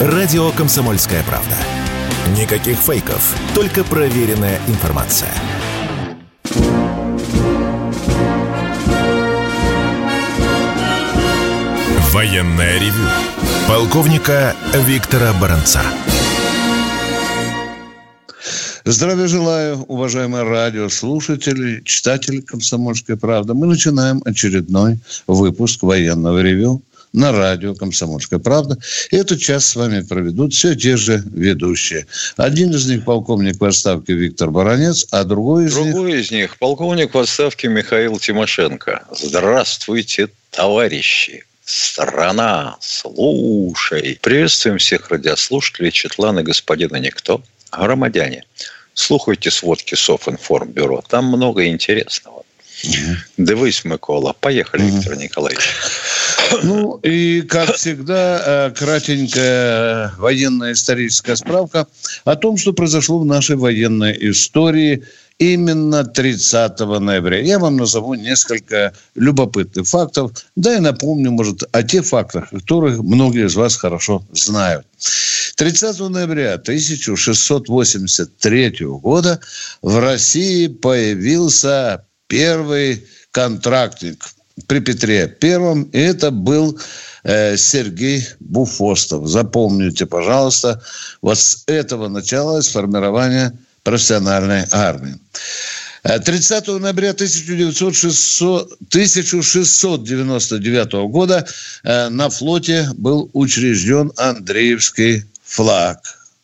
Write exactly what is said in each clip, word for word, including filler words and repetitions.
Радио «Комсомольская правда». Никаких фейков, только проверенная информация. Военное ревю полковника Виктора Баранца. Здравия желаю, уважаемые радиослушатели, читатели «Комсомольской правды». Мы начинаем очередной выпуск военного ревю на радио «Комсомольская правда». И этот час с вами проведут все те же ведущие. Один из них полковник в отставке Виктор Баранец, а другой из другой них... Другой из них полковник в отставке Михаил Тимошенко. Здравствуйте, товарищи! Страна, слушай! Приветствуем всех радиослушателей, четланы господина Никто. Громадяне, слухайте сводки Софинформбюро. Там много интересного. Mm-hmm. Дивись, Микола. Поехали, mm-hmm. Виктор Николаевич. Ну, и, как всегда, кратенькая военно-историческая справка о том, что произошло в нашей военной истории именно тридцатого ноября. Я вам назову несколько любопытных фактов, да и напомню, может, о тех фактах, которых многие из вас хорошо знают. тридцатого ноября тысяча шестьсот восемьдесят третьего года в России появился первый контрактник при Петре Первом, и это был э, Сергей Буфостов. Запомните, пожалуйста, вот с этого началось формирование профессиональной армии. тридцатого ноября тысяча шестьсот девяносто девятого года э, на флоте был учрежден Андреевский флаг.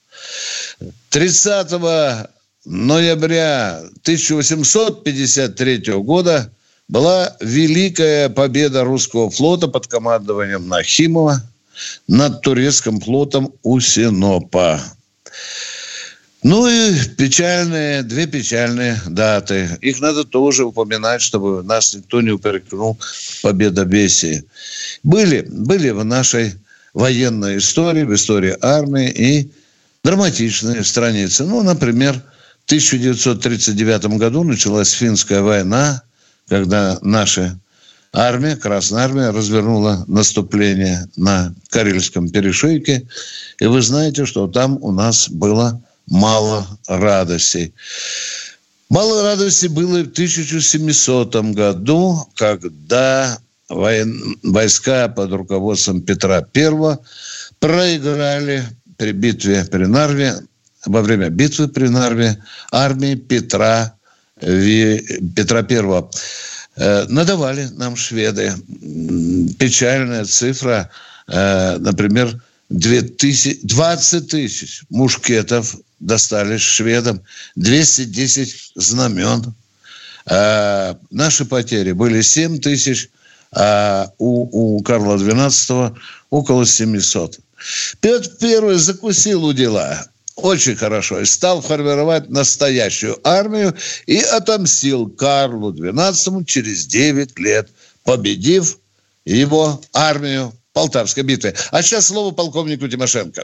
тридцатого ноября тысяча восемьсот пятьдесят третьего года была великая победа русского флота под командованием Нахимова над турецким флотом у Синопа. Ну и печальные, две печальные даты. Их надо тоже упоминать, чтобы нас никто не упрекнул в победобесии. Были, были в нашей военной истории, в истории армии и драматичные страницы. Ну, например, в тысяча девятьсот тридцать девятом году началась Финская война, когда наша армия, Красная армия, развернула наступление на Карельском перешейке. И вы знаете, что там у нас было мало радостей. Мало радостей было и в тысяча семисотом году, когда войска под руководством Петра Первого проиграли при битве при Нарве, во время битвы при Нарве армии Петра, Петра Первого. Надавали нам шведы. Печальная цифра, например, двадцать тысяч мушкетов достались шведам, двести десять знамен. А наши потери были семь тысяч, а у, у Карла двенадцатого около семьсот. Петр Первый закусил у дела очень хорошо и стал формировать настоящую армию и отомстил Карлу двенадцатому через девять лет, победив его армию в Полтавской битве. А сейчас слово полковнику Тимошенко.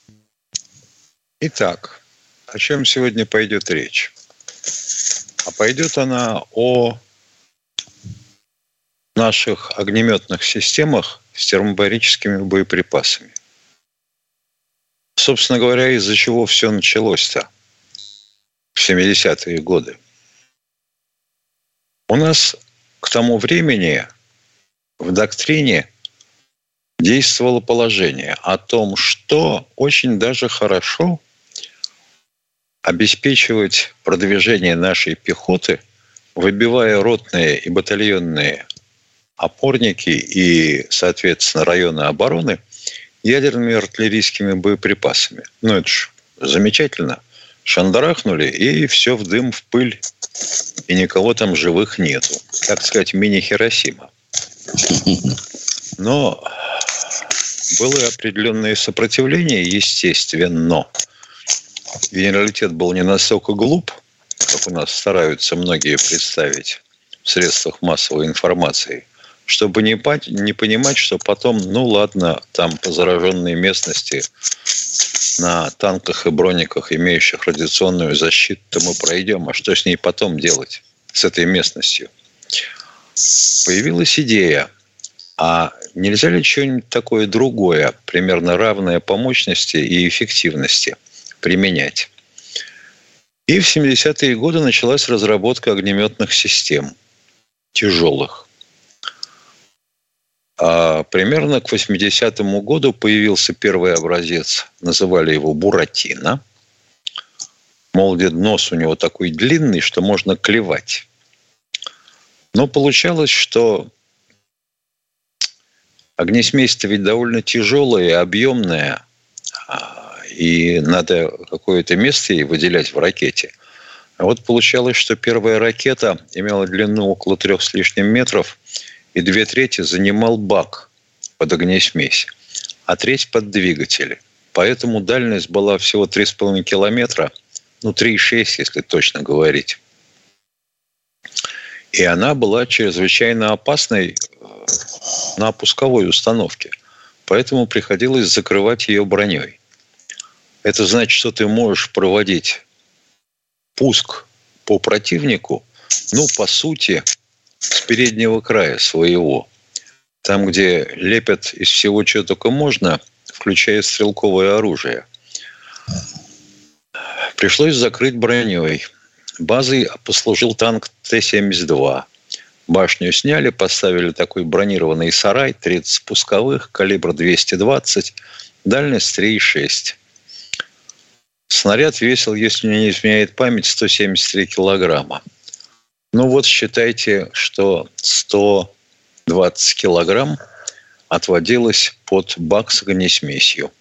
Итак, о чем сегодня пойдет речь? А пойдет она о наших огнеметных системах с термобарическими боеприпасами. Собственно говоря, из-за чего все началось-то в семидесятые годы. У нас к тому времени в доктрине действовало положение о том, что очень даже хорошо обеспечивать продвижение нашей пехоты, выбивая ротные и батальонные опорники и, соответственно, районы обороны ядерными артиллерийскими боеприпасами. Ну, это ж замечательно. Шандарахнули, и все в дым, в пыль, и никого там живых нету. Как сказать, мини-Хиросима. Но было определенное сопротивление, естественно. Генералитет был не настолько глуп, как у нас стараются многие представить в средствах массовой информации, чтобы не, не понимать, что потом, ну ладно, там по зараженной местности на танках и брониках, имеющих радиационную защиту, мы пройдем. А что с ней потом делать, с этой местностью? Появилась идея А нельзя ли что-нибудь такое другое, примерно равное по мощности и эффективности, применять? И в семидесятые годы началась разработка огнеметных систем, тяжелых. А примерно к восьмидесятому году появился первый образец, называли его «Буратино». Мол, нос у него такой длинный, что можно клевать. Но получалось, что огнесмесь-то ведь довольно тяжелая и объемная, и надо какое-то место ей выделять в ракете. А вот получалось, что первая ракета имела длину около трех с лишним метров, и две трети занимал бак под огнесмесь, а треть под двигатели. Поэтому дальность была всего три с половиной километра, ну, три и шесть, если точно говорить. И она была чрезвычайно опасной на пусковой установке. Поэтому приходилось закрывать ее броней. Это значит, что ты можешь проводить пуск по противнику, ну, по сути, с переднего края своего. Там, где лепят из всего, чего только можно, включая стрелковое оружие. Пришлось закрыть броней. Базой послужил танк Т семьдесят два. Башню сняли, поставили такой бронированный сарай, тридцать пусковых, калибр двести двадцать, дальность три и шесть. Снаряд весил, если мне не изменяет память, сто семьдесят три килограмма. Ну вот считайте, что сто двадцать килограмм отводилось под бак с огнесмесью.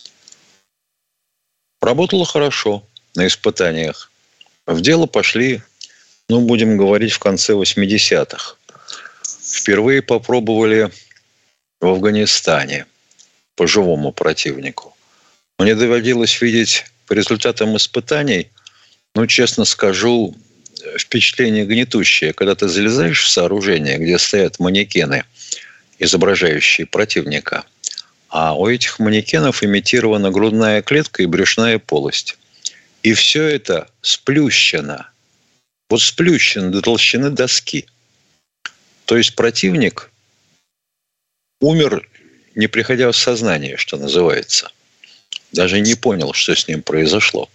Работало хорошо на испытаниях. В дело пошли, ну, будем говорить, в конце восьмидесятых. Впервые попробовали в Афганистане по живому противнику. Мне доводилось видеть по результатам испытаний, ну, честно скажу, впечатление гнетущее, когда ты залезаешь в сооружение, где стоят манекены, изображающие противника, а у этих манекенов имитирована грудная клетка и брюшная полость. И все это сплющено. Вот сплющено до толщины доски. То есть противник умер, не приходя в сознание, что называется. Даже не понял, что с ним произошло.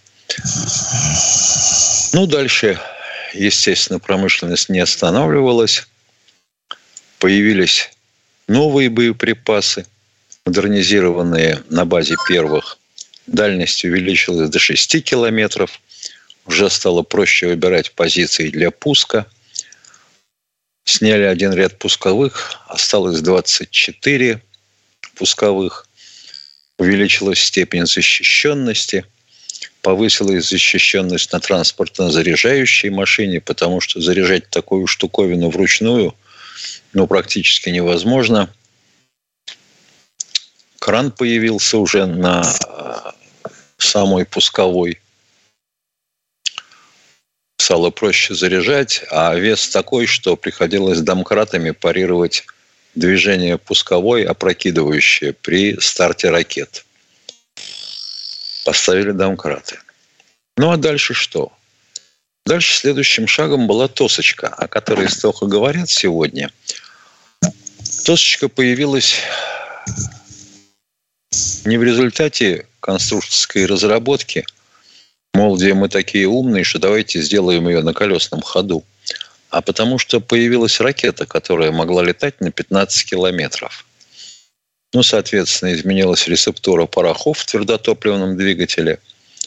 Ну, дальше, естественно, промышленность не останавливалась. Появились новые боеприпасы, модернизированные на базе первых. Дальность увеличилась до шести километров. Уже стало проще выбирать позиции для пуска. Сняли один ряд пусковых, осталось двадцать четыре пусковых. Увеличилась степень защищенности. Повысилась защищенность на транспортно-заряжающей машине, потому что заряжать такую штуковину вручную, ну, практически невозможно. Кран появился уже на самой пусковой. Стало проще заряжать, а вес такой, что приходилось домкратами парировать движение пусковой, опрокидывающее при старте ракет. Поставили домкраты. Ну, а дальше что? Дальше следующим шагом была тосочка, о которой столько говорят сегодня. Тосочка появилась не в результате конструкторской разработки, мол, где мы такие умные, что давайте сделаем ее на колесном ходу, а потому что появилась ракета, которая могла летать на пятнадцать километров. Ну, соответственно, изменилась рецептура порохов в твердотопливном двигателе.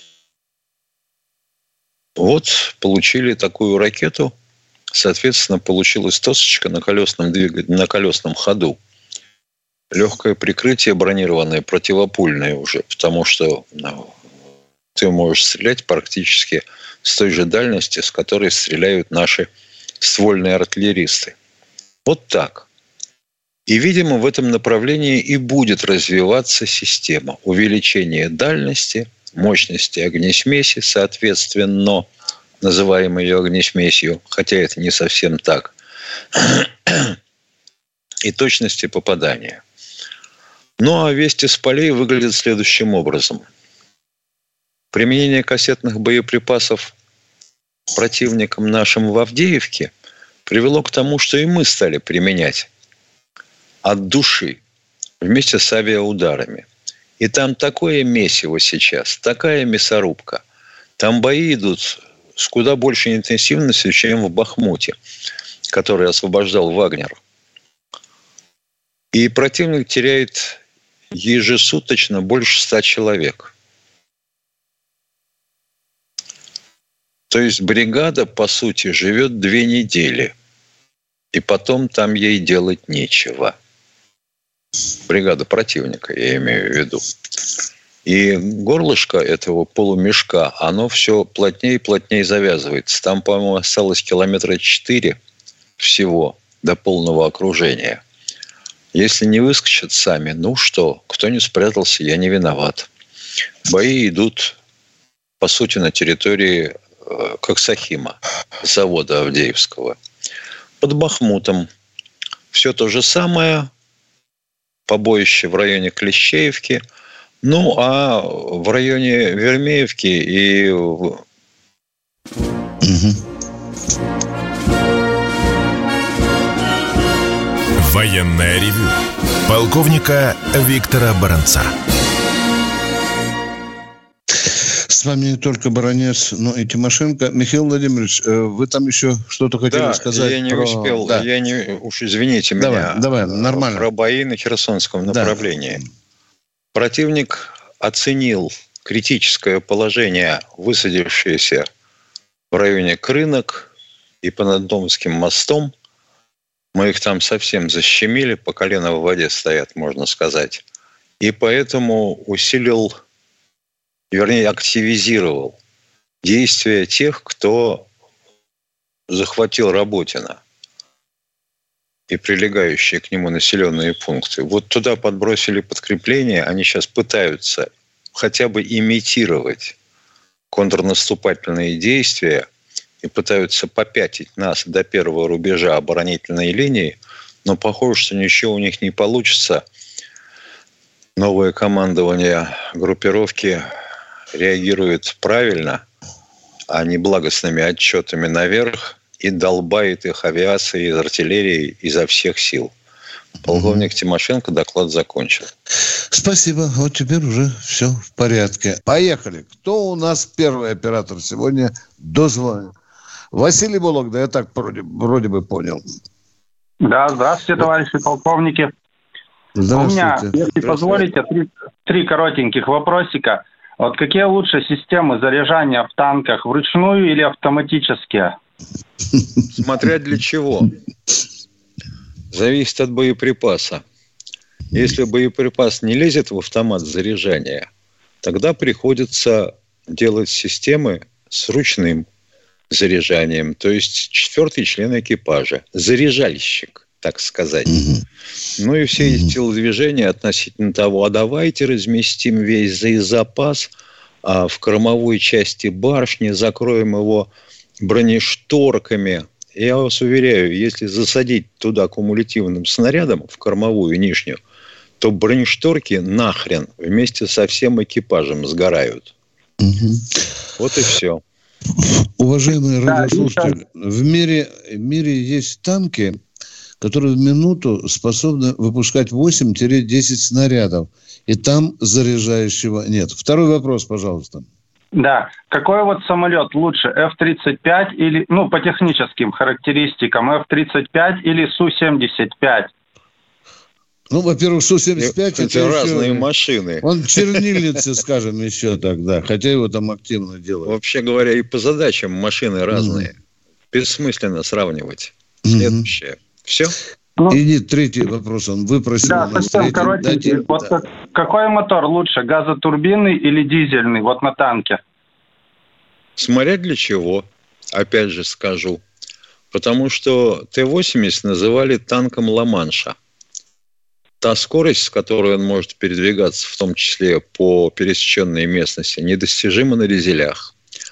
Вот получили такую ракету. Соответственно, получилась тосочка на колесном двигателе, на колесном ходу. Легкое прикрытие бронированное, противопульное уже, потому что ну, ты можешь стрелять практически с той же дальности, с которой стреляют наши ствольные артиллеристы. Вот так. И, видимо, в этом направлении и будет развиваться система. Увеличение дальности, мощности огнесмеси, соответственно, называем ее огнесмесью, хотя это не совсем так, и точности попадания. Ну, а вести с полей выглядит следующим образом. Применение кассетных боеприпасов противникам нашим в Авдеевке привело к тому, что и мы стали применять от души вместе с авиаударами. И там такое месиво сейчас, такая мясорубка. Там бои идут с куда большей интенсивностью, чем в Бахмуте, который освобождал Вагнер. И противник теряет ежесуточно больше ста человек. То есть бригада, по сути, живет две недели. И потом там ей делать нечего. Бригада противника, я имею в виду. И горлышко этого полумешка, оно все плотнее и плотнее завязывается. Там, по-моему, осталось километра четыре всего до полного окружения. Если не выскочат сами, ну что, кто не спрятался, я не виноват. Бои идут, по сути, на территории Коксахима, завода Авдеевского. Под Бахмутом все то же самое, побоище в районе Клещеевки, ну а в районе Вермеевки и... Угу. Военное ревю полковника Виктора Баранца. С вами не только Баранец, но и Тимошенко. Михаил Владимирович, вы там еще что-то хотели да, сказать? я не про... успел. Да. Я не... Уж извините давай, меня. Давай, нормально. Про бои на Херсонском направлении. Да. Противник оценил критическое положение, высадившееся в районе Крынок и под Домским мостом. Мы их там совсем защемили, по колено в воде стоят, можно сказать. И поэтому усилил, вернее, активизировал действия тех, кто захватил Работино и прилегающие к нему населенные пункты. Вот туда подбросили подкрепление, они сейчас пытаются хотя бы имитировать контрнаступательные действия и пытаются попятить нас до первого рубежа оборонительной линии, но похоже, что ничего у них не получится. Новое командование группировки реагирует правильно, а не благостными отчетами наверх, и долбает их авиацией, из артиллерии изо всех сил. Полковник Тимошенко доклад закончил. Спасибо. Вот теперь уже все в порядке. Поехали. Кто у нас первый оператор сегодня? Дозвонил. Василий Вологда, я так вроде, вроде бы понял. Да, здравствуйте, товарищи полковники. Здравствуйте. У меня, если позволите, три, три коротеньких вопросика. Вот какие лучше системы заряжания в танках, вручную или автоматические? Смотря для чего. Зависит от боеприпаса. Если боеприпас не лезет в автомат заряжания, тогда приходится делать системы с ручным заряжанием. То есть четвертый член экипажа. Заряжальщик, так сказать. Mm-hmm. Ну и все эти телодвижения относительно того, а давайте разместим весь запас а в кормовой части башни, закроем его бронешторками. Я вас уверяю, если засадить туда кумулятивным снарядом в кормовую нижнюю, то бронешторки нахрен вместе со всем экипажем сгорают. Угу. Вот и все. Уважаемые радиослушатели, в мире, в мире есть танки, которые в минуту способны выпускать восемь-десять снарядов. И там заряжающего нет. Второй вопрос, пожалуйста. Да. Какой вот самолет лучше, эф тридцать пять или, ну, по техническим характеристикам, эф тридцать пять или Су семьдесят пять? Ну, во-первых, Су семьдесят пять... Это, это разные еще... машины. Он в чернильнице, скажем, еще тогда. Хотя его там активно делают. Вообще говоря, и по задачам машины разные. Mm-hmm. Бессмысленно сравнивать. Следующее. Mm-hmm. Все? Ну, и нет, третий вопрос. Он выпросил. Да, совсем коротенький. Дайте... Вот да. Какой мотор лучше, газотурбинный или дизельный? Вот на танке. Смотря для чего, опять же скажу. Потому что Т восемьдесят называли танком Ла-Манша. Та скорость, с которой он может передвигаться, в том числе по пересеченной местности, недостижима на дизелях.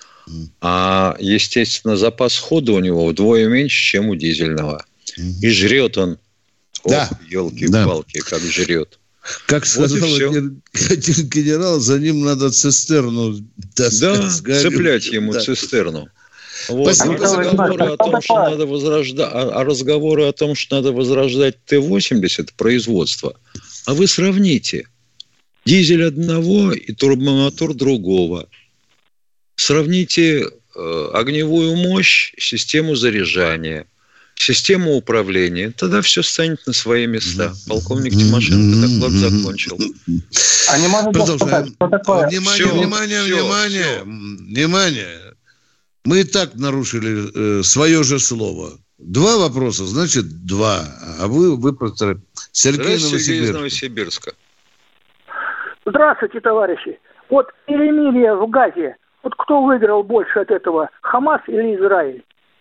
А, естественно, запас хода у него вдвое меньше, чем у дизельного. И жрет он. Да. Ох, елки-палки, да. Как жрет. Как сказал вот один, один генерал, за ним надо цистерну, так да, сказать, цеплять ему да. цистерну. Вот. А разговоры о том, что надо возрождать, а, а разговоры о том, что надо возрождать Т восемьдесят производства, а вы сравните дизель одного и турбомотор другого. Сравните э, огневую мощь, систему заряжания, систему управления. Тогда все станет на свои места. Полковник Тимошенко доклад закончил. А не может Продолжаем. Что такое? Внимание, все, внимание, все, внимание, все. внимание. Мы и так нарушили э, свое же слово. Два вопроса, значит, два. А вы, вы просто... Сергей из Новосибирска. Здравствуйте, товарищи. Вот перемирие в Газе. Вот кто выиграл больше от этого, Хамас или Израиль?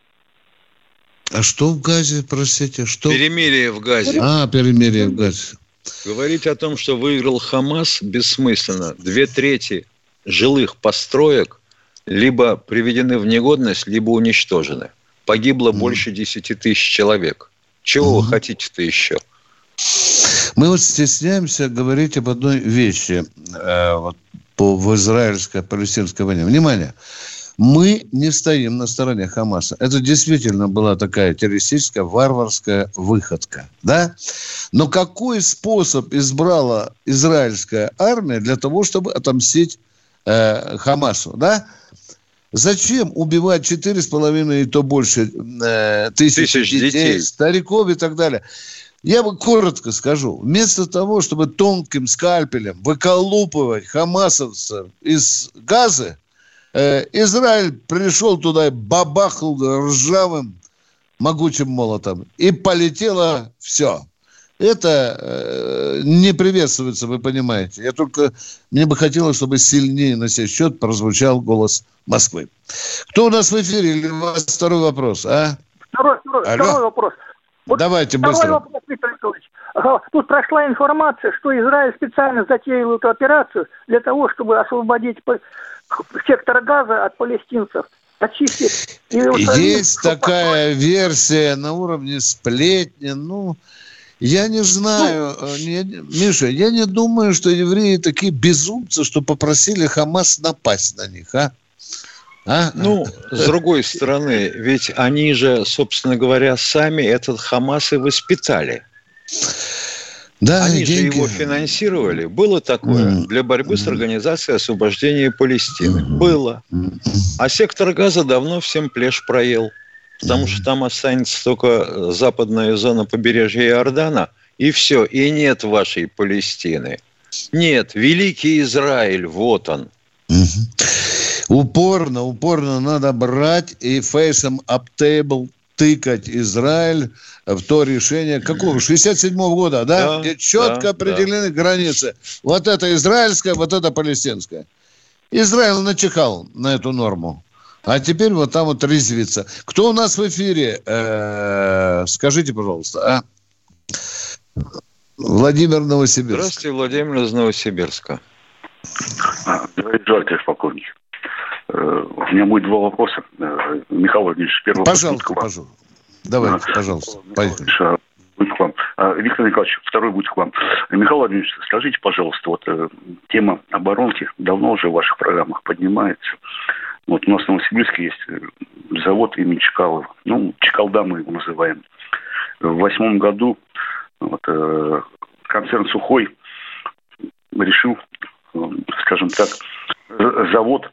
А что в Газе, простите? Что? Перемирие в Газе. А, перемирие в Газе. Говорить о том, что выиграл Хамас, бессмысленно. Две трети жилых построек либо приведены в негодность, либо уничтожены. Погибло mm. больше десяти тысяч человек. Чего mm. вы хотите-то еще? Мы вот стесняемся говорить об одной вещи э, вот, по, в израильско-палестинской войне. Внимание! Мы не стоим на стороне Хамаса. Это действительно была такая террористическая, варварская выходка. Да? Но какой способ избрала израильская армия для того, чтобы отомстить э, Хамасу? Да? Зачем убивать четыре с половиной и то больше э, тысяч, тысяч детей, детей, стариков и так далее? Я бы коротко скажу. Вместо того, чтобы тонким скальпелем выколупывать хамасовцев из Газы, Израиль пришел туда и бабахал ржавым могучим молотом. И полетело все. Это э, не приветствуется, вы понимаете. Я только... Мне бы хотелось, чтобы сильнее на сей счет прозвучал голос Москвы. Кто у нас в эфире? Или у вас второй вопрос, а? Второй, второй, второй вопрос. Вот давайте второй быстро. Вопрос, Виктор Николаевич. Тут прошла информация, что Израиль специально затеял эту операцию для того, чтобы освободить сектор Газа от палестинцев, очистить. И есть такая версия на уровне сплетни. Ну, я не знаю. Ну, не, Миша, я не думаю, что евреи такие безумцы, что попросили Хамас напасть на них, а? А? Ну, с другой стороны, ведь они же, собственно говоря, сами этот Хамас и воспитали. Да, они деньги. же его финансировали. Было такое mm. для борьбы с Организацией освобождения Палестины. Mm. Было. А сектор Газа давно всем плешь проел. Потому mm. что там останется только западная зона побережья Иордана. И все. И нет вашей Палестины. Нет. Великий Израиль. Вот он. Mm-hmm. Упорно, упорно надо брать и фейсом up table тыкать Израиль в то решение, какого? шестьдесят седьмого года, да? да Где четко да, определены да. границы. Вот это израильская, вот это палестинская. Израиль начихал на эту норму. А теперь вот там вот резвится. Кто у нас в эфире? Э-э- скажите, пожалуйста, а? Владимир Новосибирск. Здравствуйте, Владимир из Новосибирска. Здравствуйте, полковник. У меня будет два вопроса. Михаил Владимирович, первый вопрос. Пожалуйста, пожалуйста. Давайте, пожалуйста. Поехали. Будет к вам. Виктор Николаевич, второй будет к вам. Михаил Владимирович, скажите, пожалуйста, вот тема оборонки давно уже в ваших программах поднимается. Вот у нас в Новосибирске есть завод имени Чкалова. Ну, Чкалда мы его называем. В восьмом году вот, концерн «Сухой» решил, скажем так, завод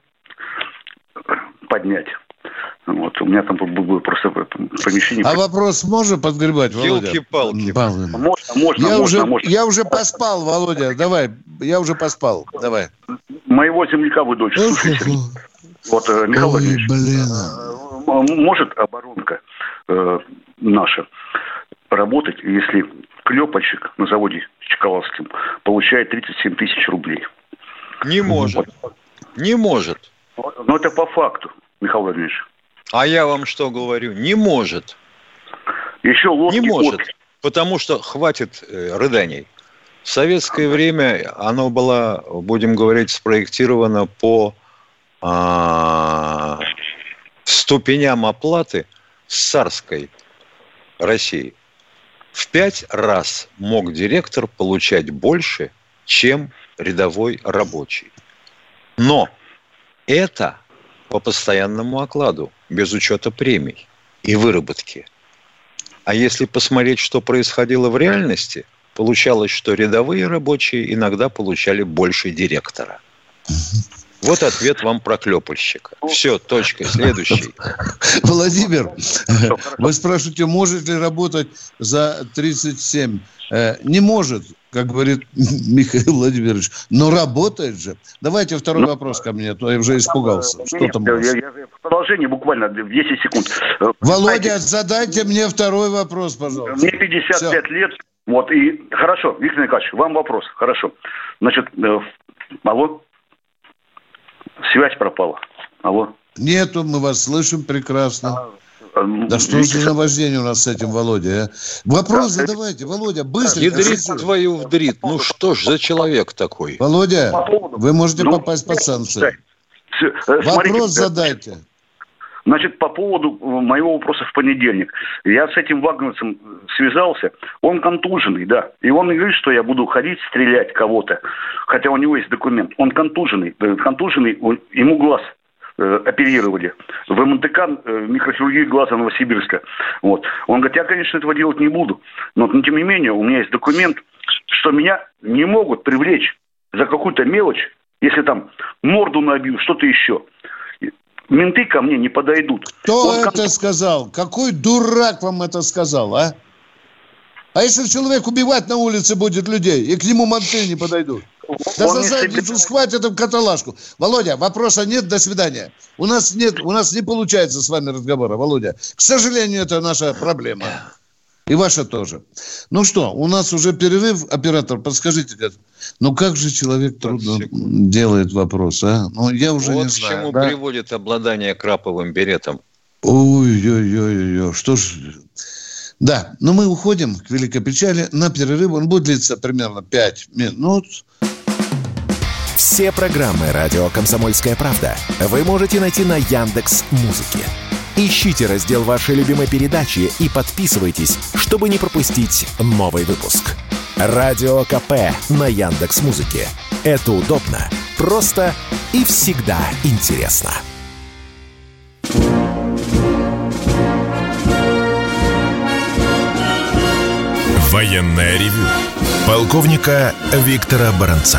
поднять. Вот. У меня там было просто помещение. А вопрос можно подгребать, Володя? Елки-палки. Можно, можно, я, можно, уже, можно. я уже поспал, Володя. Давай, я уже поспал. Давай. Моего земляка вы дочь слушайте. Вот, Михаил Владимирович, блин. Может оборонка э, наша работать, если клепочек на заводе Чкаловском получает тридцать семь тысяч рублей? Не может. Вот. Не может. Но это по факту, Михаил Владимирович. А я вам что говорю? Не может. Еще лодки. Не может. Лодки. Потому что хватит э, рыданий. В советское время оно было, будем говорить, спроектировано по э, ступеням оплаты с царской России. В пять раз мог директор получать больше, чем рядовой рабочий. Но это по постоянному окладу. без учета премий и выработки. А если посмотреть, что происходило в реальности, получалось, что рядовые рабочие иногда получали больше директора. Вот ответ вам про клепальщика. Все, точка, следующий. Владимир, вы спрашиваете, может ли работать за тридцать семь? Не может, как говорит Михаил Владимирович, но работает же. Давайте второй ну, вопрос ко мне, то я уже испугался. Что нет, там? Я, я, в продолжение буквально десять секунд. Володя, задайте мне второй вопрос, пожалуйста. Мне пятьдесят пять Все. лет. Вот, и хорошо, Виктор Николаевич, вам вопрос. Хорошо. Значит, э, алло? Связь пропала. Алло? Нету, мы вас слышим прекрасно. А, да что Виктор... за наваждение у нас с этим, Володя? А? Вопрос да, задавайте, Володя, быстро. Ядрит твою вдрит. Ну что ж за человек такой? Володя, вы можете ну, попасть под санкции. Вопрос Смотрите, задайте. Значит, по поводу моего вопроса в понедельник. Я с этим вагнерцем связался. Он контуженный, да. И он говорит, что я буду ходить, стрелять кого-то. Хотя у него есть документ. Он контуженный. Контуженный, ему глаз э, оперировали. В МНТК э, микрохирургии глаза Новосибирска. Вот. Он говорит, я, конечно, этого делать не буду. Но, но тем не менее, у меня есть документ, что меня не могут привлечь за какую-то мелочь, если там морду набил, что-то еще. Менты ко мне не подойдут. Кто Он это кон... сказал? Какой дурак вам это сказал, а? А если человек убивать на улице будет людей, и к нему менты не подойдут? Да за задницу схватят в каталажку. Володя, вопроса нет, до свидания. У нас нет, у нас не получается с вами разговора, Володя. К сожалению, это наша проблема. И ваша тоже. Ну что, у нас уже перерыв. Оператор, подскажите, ну как же человек трудно делает вопрос, а? Ну я уже вот не знаю. Вот к чему да? приводит обладание краповым беретом. Ой-ой-ой-ой, что ж... Да, но мы уходим к великой печали на перерыв. Он будет длиться примерно пять минут. Все программы «Радио Комсомольская правда» вы можете найти на Яндекс.Музыке. Ищите раздел вашей любимой передачи и подписывайтесь, чтобы не пропустить новый выпуск. Радио КП на Яндекс.Музыке. Это удобно, просто и всегда интересно. Военное ревю полковника Виктора Баранца.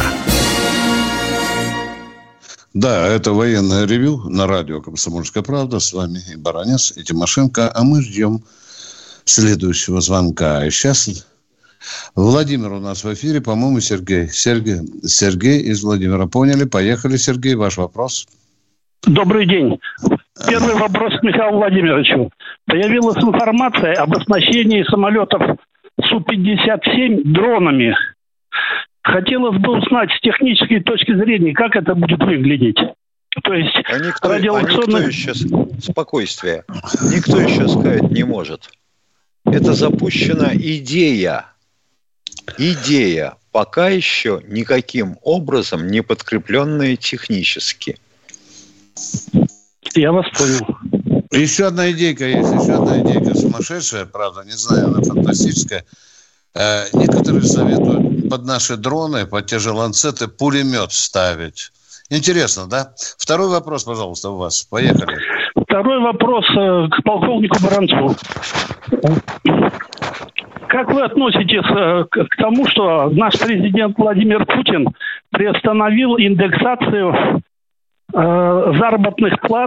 Да, это военное ревю на радио «Комсомольская правда». С вами и Баранец, и Тимошенко. А мы ждем следующего звонка. И сейчас Владимир у нас в эфире, по-моему, Сергей. Сергей, Сергей из Владимира. Поняли? Поехали, Сергей. Ваш вопрос. Добрый день. Первый вопрос к Михаилу Владимировичу. Появилась информация об оснащении самолетов Су пятьдесят семь дронами. Хотелось бы узнать с технической точки зрения, как это будет выглядеть. То есть а никто, радиолокационных... а никто еще... Спокойствие. Никто еще сказать не может. Это запущена идея. Идея. Пока еще никаким образом не подкрепленная технически. Я вас понял. Еще одна идейка есть. Еще одна идейка сумасшедшая, правда, не знаю, она фантастическая. Э, некоторые советуют под наши дроны, под те же ланцеты, пулемет ставить. Интересно, да? Второй вопрос, пожалуйста, у вас. Поехали. Второй вопрос э, к полковнику Баранцу. Как вы относитесь э, к, к тому, что наш президент Владимир Путин приостановил индексацию э, заработных плат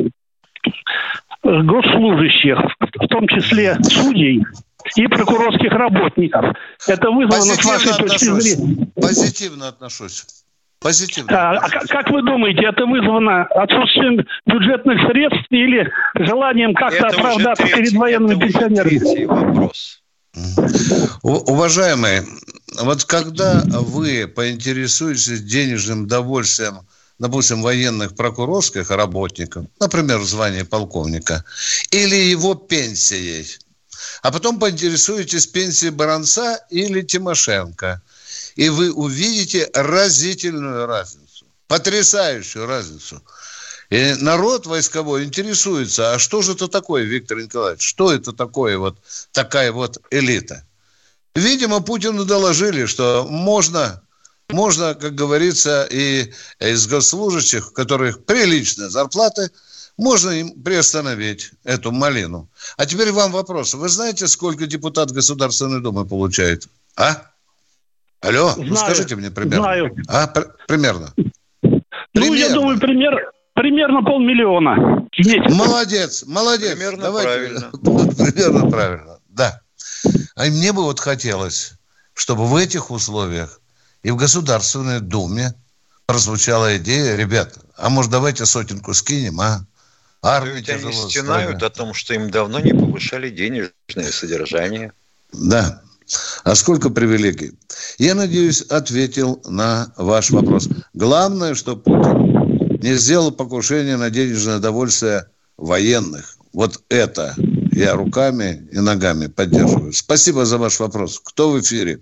госслужащих, в том числе судей и прокурорских работников? Это вызвано с вашей точки зрения? Позитивно отношусь. Позитивно. А, а как вы думаете, это вызвано отсутствием бюджетных средств или желанием как-то это оправдаться третий, перед военными пенсионерами? Вопрос. Уважаемые, вот когда вы поинтересуетесь денежным довольствием, допустим, военных прокурорских работников, например, в звании полковника, или его пенсией, а потом поинтересуетесь пенсией Баранца или Тимошенко, и вы увидите разительную разницу, потрясающую разницу. И народ войсковой интересуется, а что же это такое, Виктор Николаевич, что это такое, вот такая вот элита? Видимо, Путину доложили, что можно... Можно, как говорится, и из госслужащих, у которых приличные зарплаты, можно им приостановить эту малину. А теперь вам вопрос. Вы знаете, сколько депутат Государственной Думы получает? А? Алло, Знаю, ну скажите мне примерно. Знаю. А, пр- примерно. Ну, примерно. я думаю, пример, примерно полмиллиона в месяц. Молодец, молодец. Примерно Давайте. правильно. Примерно правильно, да. А мне бы вот хотелось, чтобы в этих условиях и в Государственной Думе прозвучала идея, ребята, а может давайте сотенку скинем, а? Армию Ведь они тяжело стенают строят. о том, что им давно не повышали денежное содержание. Да. А сколько привилегий? Я надеюсь, ответил на ваш вопрос. Главное, что Путин не сделал покушение на денежное довольствие военных. Вот это я руками и ногами поддерживаю. Спасибо за ваш вопрос. Кто в эфире?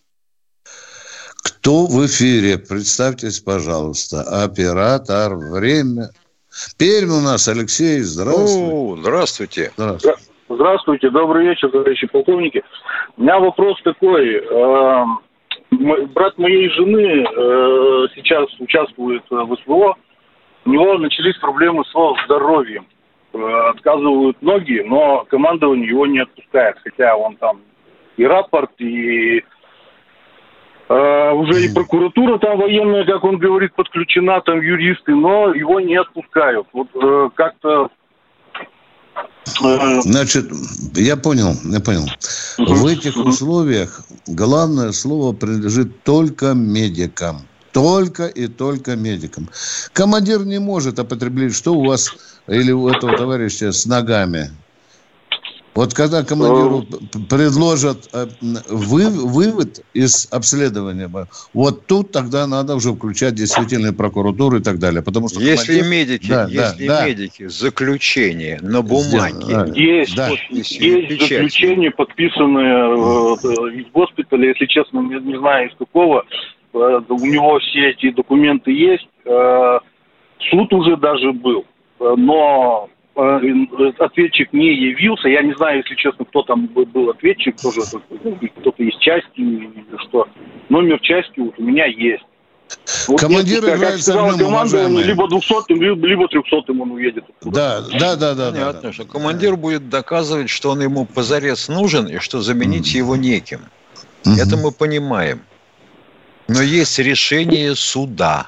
Кто в эфире? Представьтесь, пожалуйста. Оператор, время. Пермь у нас. Алексей, здравствуйте. О, здравствуйте. Здравствуйте. Здравствуйте, добрый вечер, товарищи полковники. У меня вопрос такой. Брат моей жены сейчас участвует в СВО. У него начались проблемы со здоровьем. Отказывают ноги, но командование его не отпускает. Хотя он там и рапорт, и э, уже и прокуратура там военная, как он говорит, подключена, там юристы, но его не отпускают. Вот э, как-то... Э... Значит, я понял, я понял. Угу. В этих условиях главное слово принадлежит только медикам. Только и только медикам. Командир не может определить, что у вас или у этого товарища с ногами. Вот когда командиру предложат вы, вывод из обследования, вот тут тогда надо уже включать действительно прокуратуру и так далее. Потому что если командир... медики, да, если да, медики, заключение на бумаге. Есть, да. есть заключение, подписанное э, из госпиталя, если честно, не, не знаю из какого. Э, у него все эти документы есть. Э, суд уже даже был. Но ответчик не явился. Я не знаю, если честно, кто там был ответчик, тоже кто-то из части или что. Номер части вот у меня есть. Вот командир если, играет с огнем, уважаемые. Либо двухсотым, либо трехсотым он уедет. Да, да, да, да. Понятно, да. что командир будет доказывать, что он ему позарез нужен и что заменить mm. его неким. Mm-hmm. Это мы понимаем. Но есть решение суда.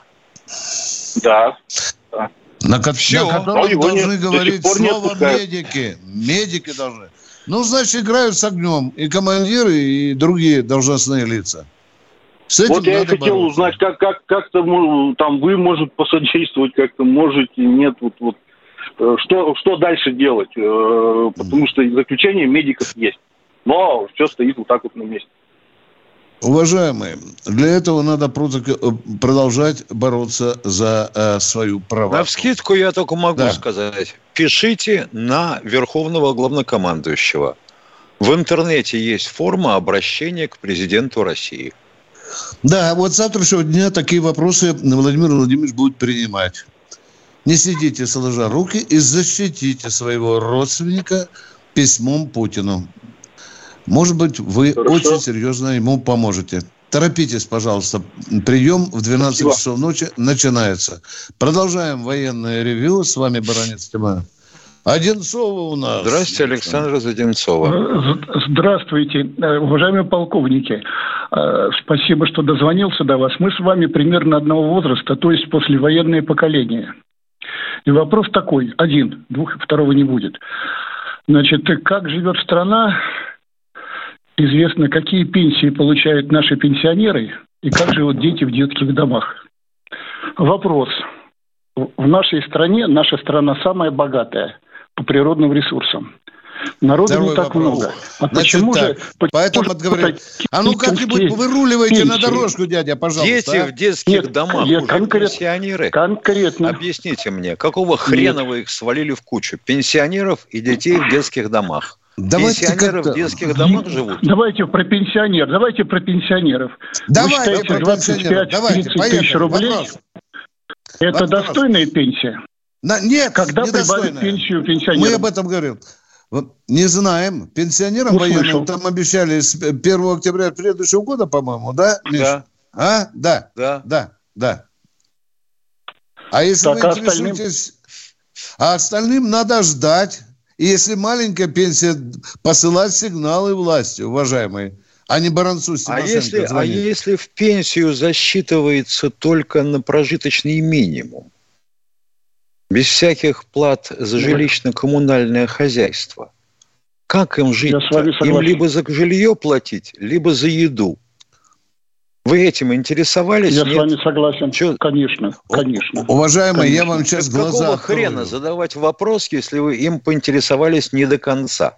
Да. На, ко- на котором Все. должны нет, говорить слово медики. Медики должны. Ну, значит, играют с огнем и командиры, и другие должностные лица. С этим вот я и хотел бороться. узнать, как, как, как-то там вы, может, посодействовать, как-то можете, нет, вот, вот что, что дальше делать, потому что заключение медиков есть, но все стоит вот так вот на месте. Уважаемые, для этого надо продолжать бороться за э, свою правоту. Навскидку я только могу да. сказать. Пишите на Верховного Главнокомандующего. В интернете есть форма обращения к президенту России. Да, вот с завтрашнего дня такие вопросы Владимир Владимирович будет принимать. Не сидите сложа руки и защитите своего родственника письмом Путину. Может быть, вы Хорошо. очень серьезно ему поможете. Торопитесь, пожалуйста. Прием в двенадцать Спасибо. Часов ночи начинается. Продолжаем военное ревью. С вами баронец Тимофей. Одинцова у нас. Здравствуйте, Александр Одинцова. Здравствуйте, уважаемые полковники. Спасибо, что дозвонился до вас. Мы с вами примерно одного возраста, то есть послевоенное поколение. И вопрос такой, один, двух, второго не будет. Значит, как живет страна, известно, какие пенсии получают наши пенсионеры и как живут дети в детских домах. Вопрос. В нашей стране, наша страна самая богатая по природным ресурсам. Народу Второй не так вопрос. много. А Значит, почему так, же... Почему поэтому же отговорили. А ну как-нибудь выруливайте пенсии. На дорожку, дядя, пожалуйста. Дети а? в детских Нет, домах нет, уже конкрет, пенсионеры. Конкретно. Объясните мне, какого хрена нет. вы их свалили в кучу? Пенсионеров и детей в детских домах. Давайте Пенсионеры как-то... в детских домах живут? Давайте про пенсионеров. Давайте про пенсионеров. Давайте Вы считаете, про двадцать пять тридцать тысяч рублей Вопрос. это Вопрос. Достойная пенсия? На... Нет, когда прибавят пенсию пенсионерам? Мы об этом говорим. Не знаем. Пенсионерам военным там обещали с первого октября следующего года, по-моему, да, Миш? Да. А? Да. Да. Да. Да. А если так, вы остальным... интересуетесь А остальным надо ждать. И если маленькая пенсия, посылать сигналы власти, уважаемые, а не Баранцу Тимошенко а если, а звонить. если в пенсию засчитывается только на прожиточный минимум, без всяких плат за жилищно-коммунальное хозяйство, как им жить? Им либо за жилье платить, либо за еду. Вы этим интересовались? Я Нет? с вами согласен. Чё? Конечно, конечно. Уважаемые, конечно. я вам сейчас Так глаза какого открою. хрена задавать вопрос, если вы им поинтересовались не до конца?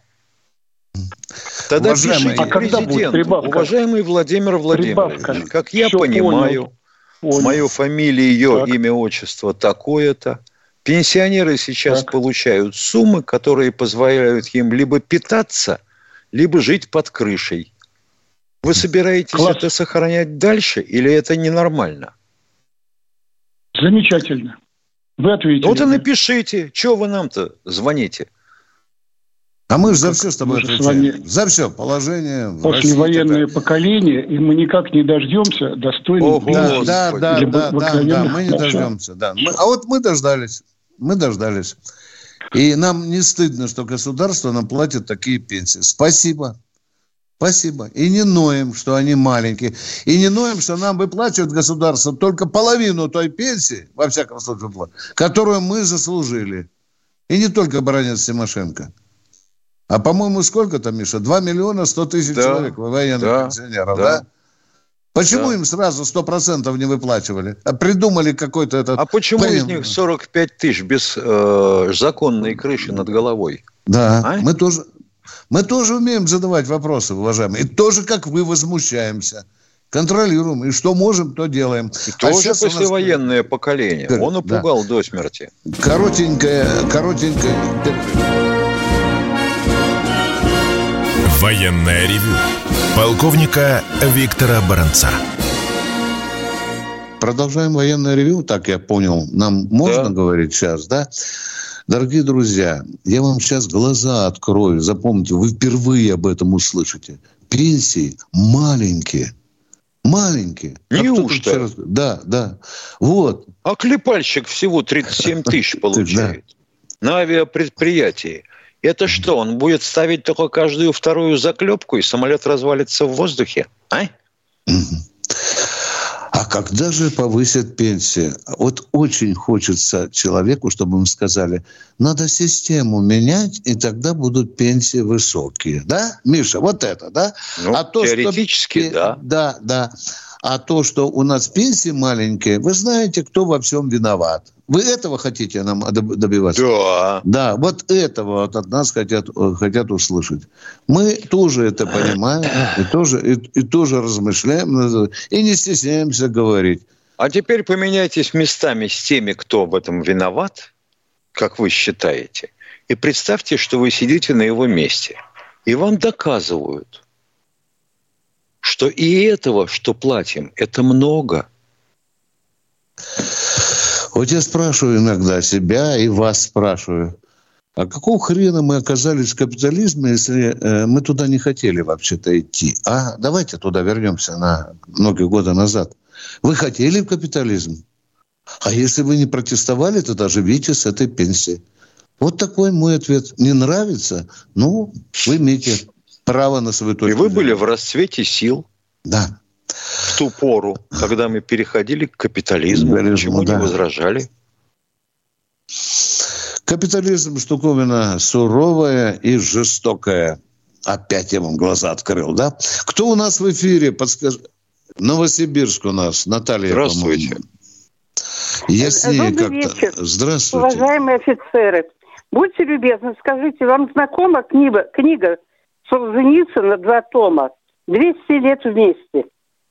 Тогда Уважаемые, пишите а когда будет президенту: прибавка? уважаемый Владимир Владимирович, Прибавка. как я Всё понимаю, понял. мою фамилию, ее Так. имя, отчество такое-то. Пенсионеры сейчас Так. получают суммы, которые позволяют им либо питаться, либо жить под крышей. Вы собираетесь Класс. это сохранять дальше, или это ненормально? Замечательно. Вы ответили. Вот и напишите, что вы нам-то звоните. А мы же за Как все с тобой мы же с отвечаем. вами За все. Положение в России Послевоенное такое. поколение, и мы никак не дождемся достойной Ого. пенсии. Да, да, да, Или да, да, обыкновенных да, мы не мовчан. дождемся. Да. Мы- а вот мы дождались. Мы дождались. И нам не стыдно, что государство нам платит такие пенсии. Спасибо. Спасибо. И не ноем, что они маленькие. И не ноем, что нам выплачивает государство только половину той пенсии, во всяком случае, которую мы заслужили. И не только баронец Тимошенко. А, по-моему, сколько там, Миша? два миллиона сто тысяч Да, человек военных да, пенсионеров, да. да? Почему Да. им сразу сто процентов не выплачивали? А придумали какой-то этот... А почему Понятно. из них сорок пять тысяч без э, законной крыши над головой? Да, А? мы тоже... Мы тоже умеем задавать вопросы, уважаемые. И тоже, как вы, возмущаемся. Контролируем. И что можем, то делаем. И А тоже сейчас у нас послевоенное поколение. Да. Он напугал до смерти. Коротенькое, коротенькое... Военное ревю полковника Виктора Баранца. Продолжаем военное ревю, так я понял. Нам можно Да. говорить сейчас, да? Дорогие друзья, я вам сейчас глаза открою. Запомните, вы впервые об этом услышите. Пенсии маленькие. Маленькие. А кто тут Неужто? сейчас- Да, да. Вот. А клепальщик всего тридцать семь тысяч получает на авиапредприятии. Это что, он будет ставить только каждую вторую заклепку, и самолет развалится в воздухе? А? Мгм. А когда же повысят пенсии? Вот очень хочется человеку, чтобы им сказали, надо систему менять, и тогда будут пенсии высокие. Да, Миша, вот это, да? Ну, то, что- теоретически, да. Да, да. А то, что у нас пенсии маленькие, вы знаете, кто во всем виноват. Вы этого хотите нам доб- добиваться? Да. Да, вот этого вот от нас хотят, э, хотят услышать. Мы тоже это понимаем, и тоже, и, и тоже размышляем, и не стесняемся говорить. А теперь поменяйтесь местами с теми, кто в этом виноват, как вы считаете, и представьте, что вы сидите на его месте, и вам доказывают, что и этого, что платим, это много. Вот я спрашиваю иногда себя и вас спрашиваю, а какого хрена мы оказались в капитализме, если э, мы туда не хотели вообще-то идти? А давайте туда вернемся на многие годы назад. Вы хотели в капитализм? А если вы не протестовали, тогда живите с этой пенсии. Вот такой мой ответ. Не нравится? Ну, вы имеете право на свою точку И вы зрения. были в расцвете сил Да. в ту пору, когда мы переходили к капитализму. Капитализму, Почему да. не возражали? Капитализм штуковина суровая и жестокая. Опять я вам глаза открыл, да? Кто у нас в эфире? Подскажи. Новосибирск у нас. Наталья, Здравствуйте. по-моему. Яснее Добрый как-то. вечер, Здравствуйте. уважаемые офицеры. Будьте любезны, скажите, вам знакома книга, книга Солженицына «Два тома»? двести лет вместе.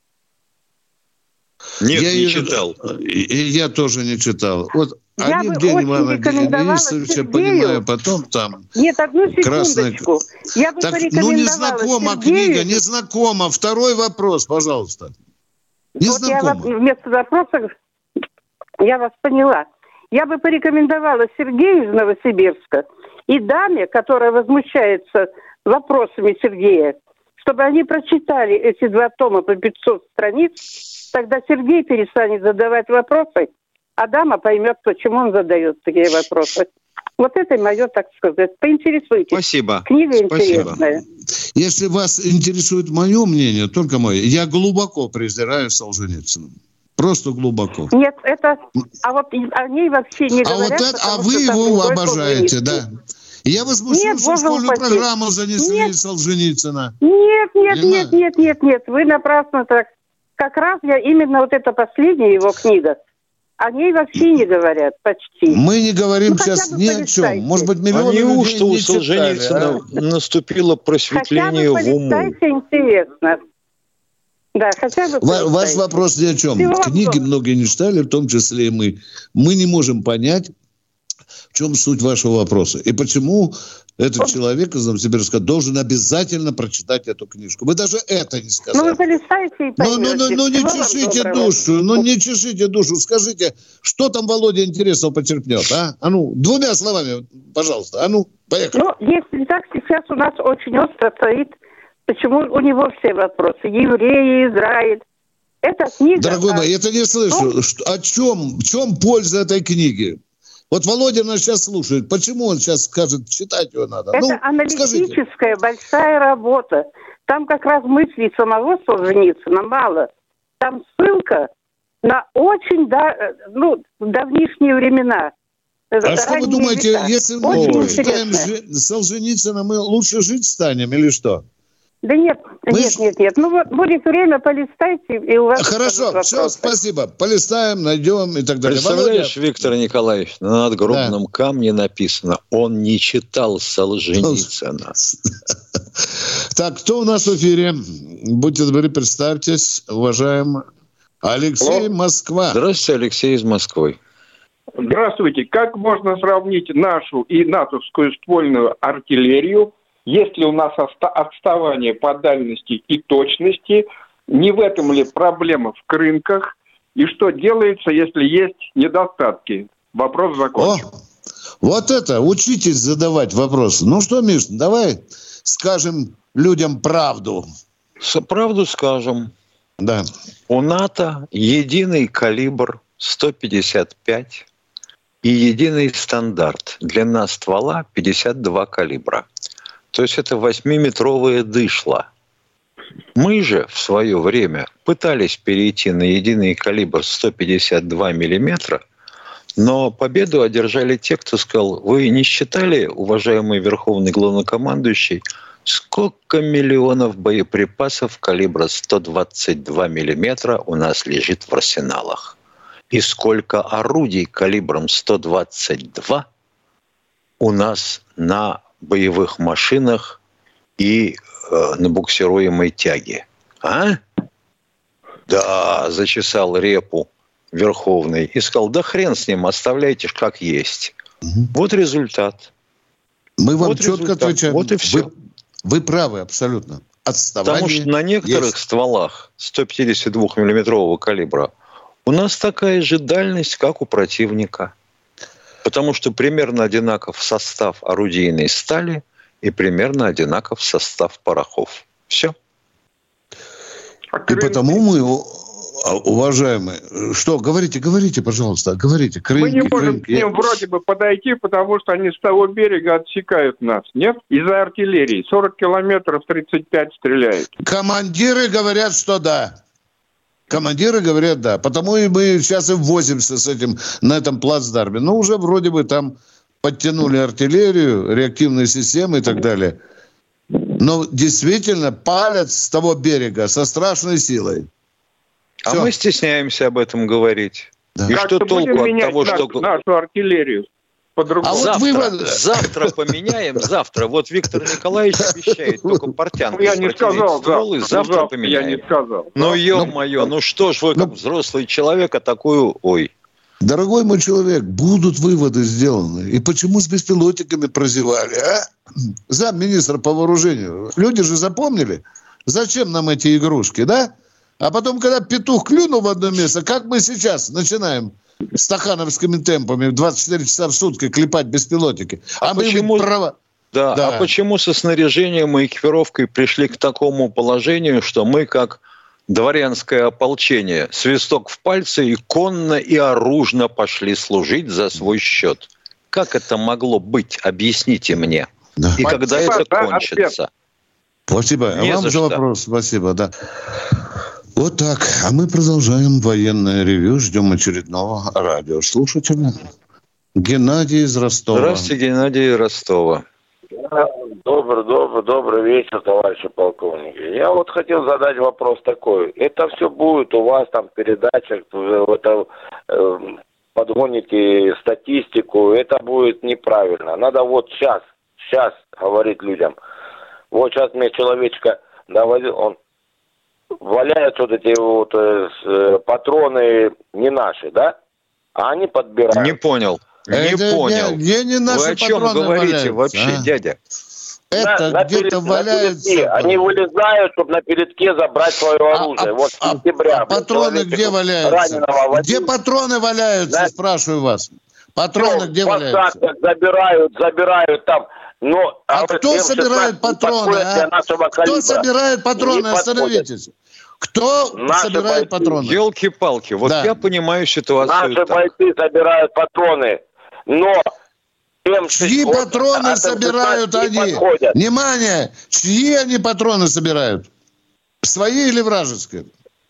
Нет, я не ее- читал. И, и я тоже не читал. Вот Я один бы день очень Ивана рекомендовала Денисовича, Сергею- понимаю, потом там... Нет, одну Красная- секундочку. Я бы Так, ну, порекомендовала не знакома Сергею... книга, не знакома. Второй вопрос, пожалуйста. Не Вот я вас знакома. вместо вопросов... Я вас поняла. Я бы порекомендовала Сергею из Новосибирска и даме, которая возмущается вопросами Сергея, чтобы они прочитали эти два тома по пятьсот страниц, тогда Сергей перестанет задавать вопросы, а дама поймет, почему он задает такие вопросы. Вот это мое, так сказать. Поинтересуйтесь. Спасибо. Книга Спасибо. интересная. Если вас интересует мое мнение, только мое, я глубоко презираю Солженицына. Просто глубоко. Нет, это... А вот о ней вообще не а говорят. Вот это, а вы его обожаете, да. Я возмущен, что в школьную программу занесли нет. Солженицына. Нет, нет, не нет, нет, нет, нет. Вы напрасно так. Как раз я именно вот эта последняя его книга. О ней вообще не говорят почти. Мы не говорим ну, сейчас ни о чем. Может быть, миллионы а людей неужто не у Солженицына а? наступило просветление в уму? Интересно. Да, хотя бы Ваш вопрос ни о чем. Всего Книги вопрос. Многие не читали, в том числе и мы. Мы не можем понять, в чем суть вашего вопроса. И почему этот Он... человек из Новосибирска должен обязательно прочитать эту книжку. Вы даже это не сказали. Ну, вы залистайте и поймете. Ну, ну, ну, ну не чешите душу, ну, не чешите душу. Скажите, что там Володя интересного почерпнет, а? А ну, двумя словами, пожалуйста. А ну, поехали. Ну, если так, сейчас у нас очень остро стоит, почему у него все вопросы. Евреи, Израиль. Это книга... Дорогой а... мой, я это не слышу. Ну... О чем, в чем польза этой книги? Вот Володя нас сейчас слушает. Почему он сейчас скажет, читать его надо? Это ну, аналитическая скажите. большая работа. Там как раз мыслей самого Солженицына мало. Там ссылка на очень да, ну, давнишние времена. А что вы думаете, века. Если мы читаем Солженицына, мы лучше жить станем или что? Да нет, мы... нет, нет, нет. Ну вот будет время, полистайте, и у вас... Хорошо, все, спасибо. Полистаем, найдем и так далее. Представляешь, Володя... Виктор Николаевич, на надгробном да. камне написано, он не читал Солженицына. Так, кто у нас в эфире? Будьте добры, представьтесь, уважаемый Алексей, Москва. Здравствуйте, Алексей из Москвы. Здравствуйте. Как можно сравнить нашу и натовскую ствольную артиллерию? Есть ли у нас отставание по дальности и точности? Не в этом ли проблема в крынках? И что делается, если есть недостатки? Вопрос закончен. О, вот это, учитесь задавать вопросы. Ну что, Миш, давай скажем людям правду. Правду скажем. Да. У НАТО единый калибр сто пятьдесят пять и единый стандарт. Длина ствола пятьдесят два калибра. То есть это восьмиметровое дышло. Мы же в свое время пытались перейти на единый калибр сто пятьдесят два миллиметра, но победу одержали те, кто сказал, вы не считали, уважаемый верховный главнокомандующий, сколько миллионов боеприпасов калибра сто двадцать два миллиметра у нас лежит в арсеналах? И сколько орудий калибром сто двадцать два у нас на боевых машинах и э, на буксируемой тяге. А? Да, зачесал репу Верховный и сказал, да хрен с ним, оставляйте ж как есть. Угу. Вот результат. Мы вам вот четко результат. отвечаем. Вот и все. Вы, вы правы абсолютно. Отставание Потому что на некоторых есть. стволах сто пятьдесят два миллиметрового калибра у нас такая же дальность, как у противника. Потому что примерно одинаков состав орудийной стали и примерно одинаков состав порохов. Все. И потому мы, уважаемые, что, говорите, говорите, пожалуйста, говорите. Крынки, мы не можем крынки. к ним вроде бы подойти, потому что они с того берега отсекают нас, нет? Из-за артиллерии. сорок километров, тридцать пять стреляют. Командиры говорят, что да. Командиры говорят, да. Потому и мы сейчас и возимся с этим, на этом плацдарме. Ну, уже вроде бы там подтянули артиллерию, реактивные системы и так далее. Но действительно палят с того берега со страшной силой. А Все. мы стесняемся об этом говорить. Да. И как что толку от того, нашу, что... нашу артиллерию? А завтра, вот вывод... завтра поменяем, завтра. Вот Виктор Николаевич обещает, только портянки. Я не сказал, стволы, завтра, завтра завтра поменяем. Я не сказал. Ну, ё-моё, ну что ж вы, как взрослый человек, а такую... Ой. Дорогой мой человек, будут выводы сделаны. И почему с беспилотниками прозевали, а? Замминистра по вооружению. Люди же запомнили, зачем нам эти игрушки, да? А потом, когда петух клюнул в одно место, как мы сейчас начинаем стахановскими темпами двадцать четыре часа в сутки клепать беспилотники. А, а мы почему... права... Да, да, а почему со снаряжением и экипировкой пришли к такому положению, что мы, как дворянское ополчение, свисток в пальцы и конно и оружно пошли служить за свой счет? Как это могло быть? Объясните мне. Да. И Спасибо, когда это да, кончится? Спасибо. Не вам за, за вопрос. Спасибо, да. Вот так. А мы продолжаем военное ревью. Ждем очередного радиослушателя. Геннадий из Ростова. Здравствуйте, Геннадий из Ростова. Добрый, добрый, добрый вечер, товарищи полковники. Я вот хотел задать вопрос такой. Это все будет у вас там в передачах, это, э, подгоните статистику, это будет неправильно. Надо вот сейчас, сейчас говорить людям. Вот сейчас мне человечка доводил, он валяет вот эти вот э, патроны не наши, да? А они подбирают. Не понял. Не это понял. Где, где не наши Вы о чем говорите вообще, а? дядя? Это на, где-то на валяется. Передке. Они вылезают, чтобы на передке забрать свое оружие. А, вот с сентября. А патроны где валяются? Где патроны валяются, да? Спрашиваю вас. Патроны Все, где валяются? Забирают, забирают там. Но, а, а кто собирает патроны? А? Кто собирает патроны? Остановитесь. Кто Наши собирает бойцы. патроны? Елки-палки. Вот да. я понимаю ситуацию. Наши так. бойцы собирают патроны, но... Чьи вот, патроны а собирают они? Подходят. Внимание! Чьи они патроны собирают? Свои или вражеские?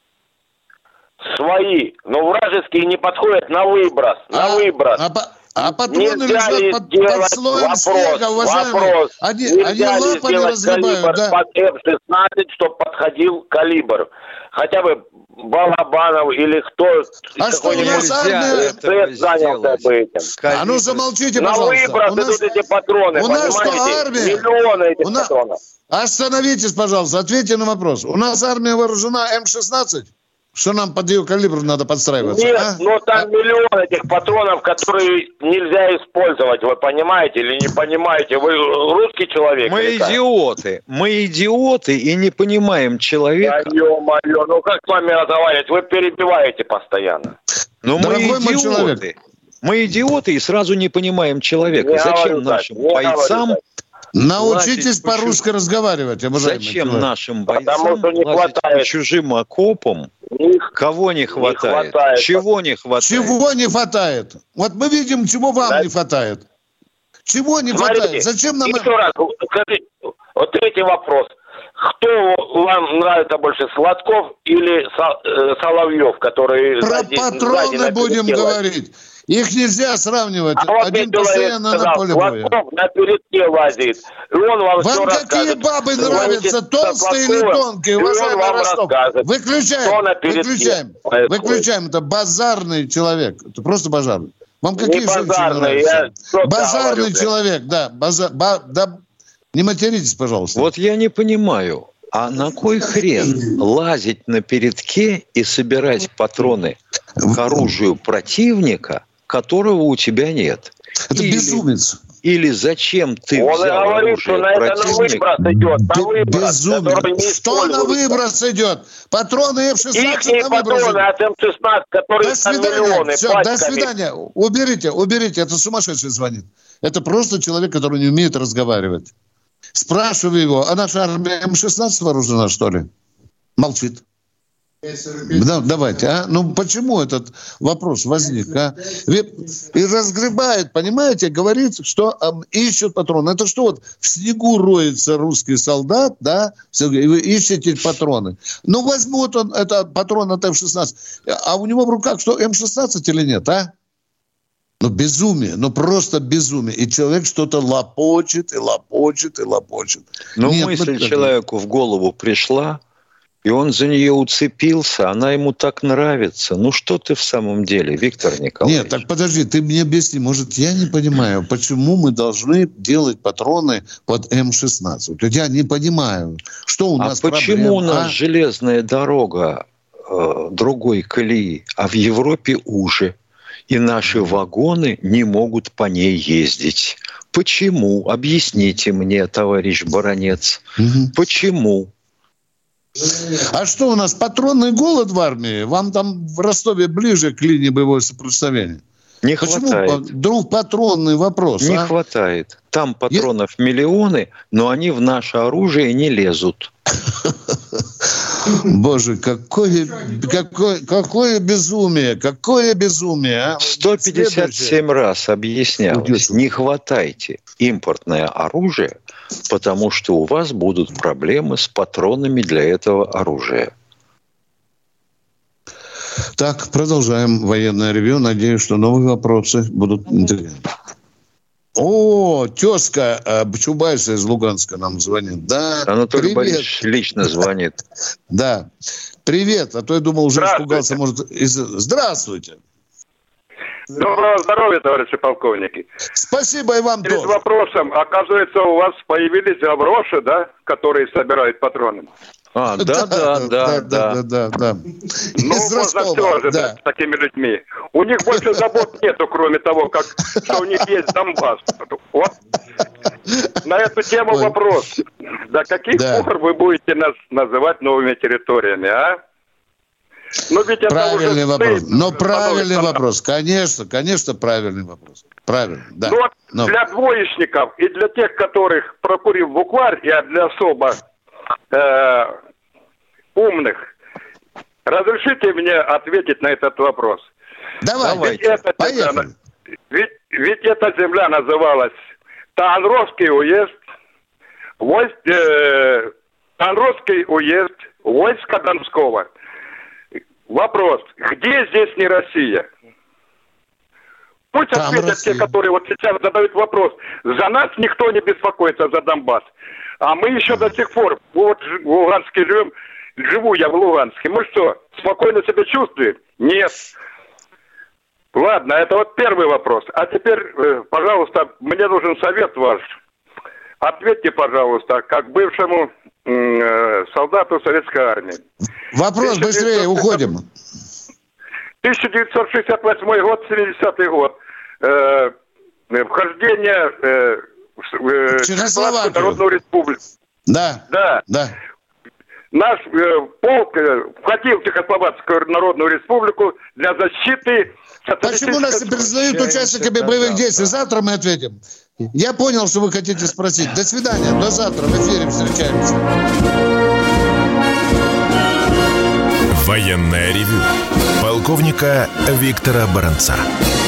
Свои. Но вражеские не подходят на выброс. А, на выброс. А, а патроны лежат под, под слоем вопрос, снега, уважаемые. Вопрос. Они, они лапами разгребают, да? Под эф шестнадцать, чтобы подходил калибр. Хотя бы Балабанов или кто... А что у нас армия... занялся бы этим. А ну замолчите, пожалуйста. На выброс идут эти патроны, у нас что, армия? Миллионы этих у на... патронов. Остановитесь, пожалуйста, ответьте на вопрос. У нас армия вооружена эм шестнадцать? Что нам под ее калибр надо подстраиваться? Нет, а? но там а? миллион этих патронов, которые нельзя использовать. Вы понимаете или не понимаете? Вы русский человек? Мы идиоты. Мы идиоты и не понимаем человека. Да, ё-моё, ну как с вами разговаривать? Вы перебиваете постоянно. Но мы идиоты. Мы идиоты и сразу не понимаем человека. Не Зачем нашим так, бойцам... Научитесь по-русски разговаривать, обожаемые. Зачем человек? нашим бойцам лазить по чужим окопам? Кого не хватает? не хватает? Чего не хватает? Чего не хватает? Вот мы видим, чего вам да. не хватает. Чего не Смотрите, хватает? Зачем нам... Еще раз, скажите, вот третий вопрос. Кто вам нравится больше, Сладков или Соловьев, который... Про сзади, патроны сзади будем говорить. Их нельзя сравнивать. А Один постоянно сказал, на поле боя. На передке лазит. И он вам, вам все какие расскажет. бабы нравятся, толстые или тонкие? Уважаемый Ростов. Выключаем, выключаем. Выключаем. Это базарный человек. Это просто базарный. Вам какие не женщины базарный, нравятся? Базарный говорю, человек, да. Базар, ба, да. Не материтесь, пожалуйста. Вот я не понимаю. А на кой хрен лазить на передке и собирать патроны к оружию противника, которого у тебя нет? Это или, безумец. Или зачем ты Он взял говорит, оружие что на противника? Это на выброс идет. На выброс, безумец. Что на выброс идет? Патроны эф шестнадцать Ихние на выброс патроны от эм шестнадцать, которые до свидания. Все, до свидания. Уберите, уберите. Это сумасшедший звонит. Это просто человек, который не умеет разговаривать. Спрашиваю его, а наша армия эм шестнадцать вооружена, что ли? Молчит. Да, давайте, а? Ну, почему этот вопрос возник, а? И разгребает, понимаете, говорит, что а, ищут патроны. Это что, вот в снегу роется русский солдат, да? И вы ищете патроны. Ну, возьмут он, это патрон от эф шестнадцать, а у него в руках что, эм шестнадцать или нет, а? Ну, безумие, ну просто безумие. И человек что-то лопочет, и лопочет, и лопочет. Но Нет, мысль ну, человеку в голову пришла, и он за нее уцепился, она ему так нравится. Ну, что ты в самом деле, Виктор Николаевич? Нет, так подожди, ты мне объясни, может, я не понимаю, почему мы должны делать патроны под эм шестнадцать? Я не понимаю, что у нас А почему проблема, у нас а? железная дорога э, другой колеи, а в Европе уже? И наши вагоны не могут по ней ездить. Почему? Объясните мне, товарищ баронец. Угу. Почему? А что у нас, патронный голод в армии? Вам там в Ростове ближе к линии боевого соприкосновения? Не Почему хватает. Вдруг патронный вопрос? Не а? хватает. Там патронов Я... миллионы, но они в наше оружие не лезут. Боже, какое, какое, какое безумие, какое безумие. А? сто пятьдесят семь раз объяснялось, не хватайте импортное оружие, потому что у вас будут проблемы с патронами для этого оружия. Так, продолжаем военное ревью. Надеюсь, что новые вопросы будут интересны. О, тезка э, Чубайса из Луганска нам звонит. Да, Анатолий привет. Борисович лично звонит. Да. Привет. А то я думал, уже испугался. Может, из... Здравствуйте. Доброго здоровья, товарищи полковники. Спасибо и вам Перед тоже. вопросом, оказывается, у вас появились гавроши, да, которые собирают патроны. А, да, да, да, да, да, да. Ну, можно все же с такими людьми. У них больше забот нету, кроме того, как что у них есть Донбасс. Вот. На эту тему вопрос. До каких пор вы будете нас называть новыми территориями, а? Ну, ведь это правильный уже вопрос. стыд, Но правильный становится. вопрос. Конечно, конечно, правильный вопрос. Правильно, да. Ну, вот Но. для двоечников и для тех, которых прокурил букварь, и для особо э, умных, разрешите мне ответить на этот вопрос? Давай, ведь, это земля, ведь, ведь эта земля называлась Таганрогский уезд, войск, э, Таганрогский уезд войска Донского. Вопрос, где здесь не Россия? Пусть Там ответят Россия. те, которые вот сейчас задают вопрос. За нас никто не беспокоится, за Донбасс. А мы еще до сих пор, вот в Луганске живем, живу я в Луганске. Мы что, спокойно себя чувствуем? Нет. Ладно, это вот первый вопрос. А теперь, пожалуйста, мне нужен совет ваш. Ответьте, пожалуйста, как бывшему э, солдату Советской армии. Вопрос быстрее, уходим. тысяча девятьсот шестьдесят восьмой год, семидесятый год. Э, вхождение э, в, э, в Чехословакскую Народную Республику. Да. Да. Да. Наш э, полк э, входил в Чехословацкую Народную Республику для защиты. Почему нас не признают участниками боевых действий? Завтра мы ответим. Я понял, что вы хотите спросить. До свидания. До завтра. В эфире встречаемся. Военное ревю полковника Виктора Баранца.